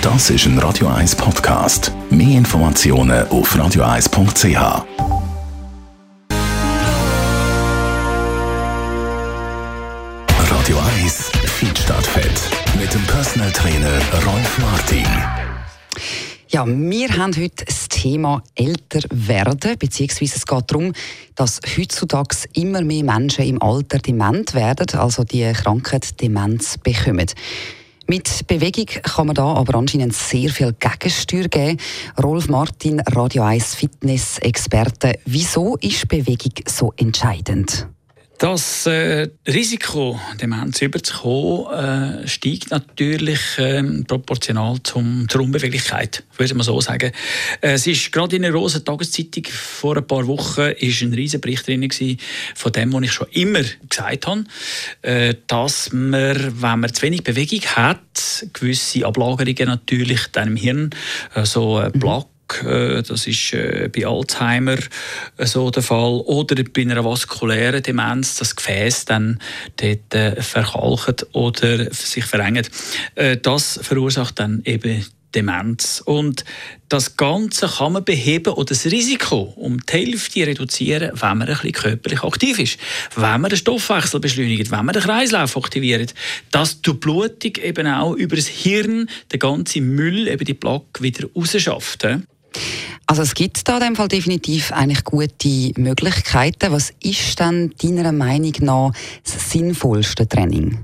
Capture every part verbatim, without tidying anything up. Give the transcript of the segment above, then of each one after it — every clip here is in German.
Das ist ein Radio eins Podcast. Mehr Informationen auf radio eins punkt c h. Radio eins Feed statt Fett mit dem Personal Trainer Rolf Martin. Ja, wir haben heute das Thema älter werden, beziehungsweise es geht darum, dass heutzutage immer mehr Menschen im Alter dement werden, also die Krankheit Demenz bekommen. Mit Bewegung kann man da aber anscheinend sehr viel Gegensteuer geben. Rolf Martin, Radio eins Fitness-Experte. Wieso ist Bewegung so entscheidend? Das äh, Risiko, Demenz überzukommen, äh, steigt natürlich äh, proportional zum, zur Unbeweglichkeit, würde man so sagen. Äh, es ist gerade in einer grossen Tageszeitung vor ein paar Wochen ist ein riesen Bericht drin gewesen, von dem, was ich schon immer gesagt habe, äh, dass man, wenn man zu wenig Bewegung hat, gewisse Ablagerungen natürlich dann im Hirn, äh, so äh, Plaque, das ist äh, bei Alzheimer äh, so der Fall. Oder bei einer vaskulären Demenz, das Gefäß dann dort äh, verkalkt oder sich verengt. Äh, das verursacht dann eben Demenz. Und das Ganze kann man beheben oder das Risiko um die Hälfte reduzieren, wenn man ein bisschen körperlich aktiv ist. Wenn man den Stoffwechsel beschleunigt, wenn man den Kreislauf aktiviert, dass die Blutung eben auch über das Hirn den ganzen Müll, eben die Plaque, wieder rausschafft. Also es gibt da in dem Fall definitiv eigentlich gute Möglichkeiten. Was ist denn deiner Meinung nach das sinnvollste Training?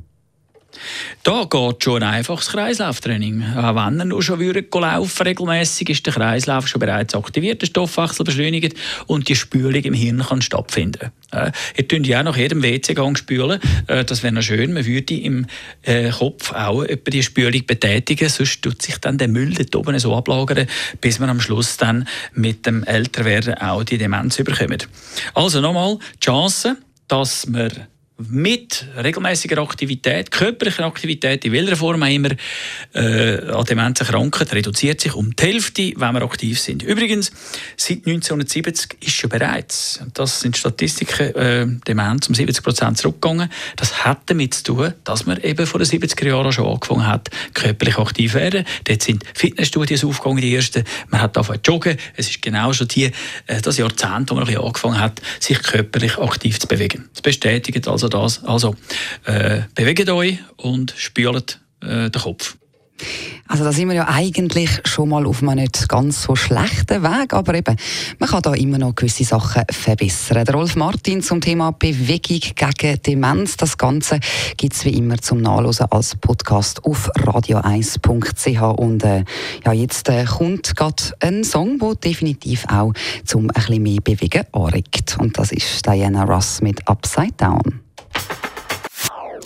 Da geht schon ein einfaches Kreislauftraining. Auch wenn er nur schon laufen regelmässig, ist der Kreislauf schon bereits aktiviert, der Stoffwechsel beschleunigt und die Spülung im Hirn kann stattfinden. Äh, ihr könnt ja auch nach jedem W C-Gang spülen. Äh, das wäre noch schön. Man würde im äh, Kopf auch etwa die Spülung betätigen, sonst tut sich dann der Müll dort oben so ablagern, bis man am Schluss dann mit dem Älterwerden auch die Demenz überkommt. Also nochmal, die Chance, dass man mit regelmäßiger Aktivität, körperlicher Aktivität, in welcher Form auch immer, äh, an Demenz erkranken, reduziert sich um die Hälfte, wenn wir aktiv sind. Übrigens, seit neunzehnhundertsiebzig ist schon bereits, das sind Statistiken, äh, Demenz um siebzig Prozent zurückgegangen. Das hat damit zu tun, dass man eben vor den siebziger Jahren schon angefangen hat, körperlich aktiv zu werden. Dort sind Fitnessstudios aufgegangen, die ersten. Man hat angefangen zu joggen. Es ist genau schon die, äh, das Jahrzehnt, wo man ein bisschen angefangen hat, sich körperlich aktiv zu bewegen. Das bestätigt also das. Also, äh, bewegt euch und spült äh, den Kopf. Also da sind wir ja eigentlich schon mal auf einem nicht ganz so schlechten Weg, aber eben, man kann da immer noch gewisse Sachen verbessern. Der Rolf Martin zum Thema Bewegung gegen Demenz. Das Ganze gibt es wie immer zum Nachlesen als Podcast auf radio eins punkt c h. Und äh, ja, jetzt äh, kommt gerade ein Song, der definitiv auch zum ein bisschen mehr Bewegen anregt. Und das ist Diana Ross mit Upside Down.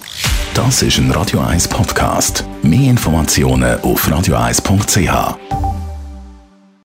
Das ist ein Radio eins Podcast. Mehr Informationen auf radio eins punkt c h.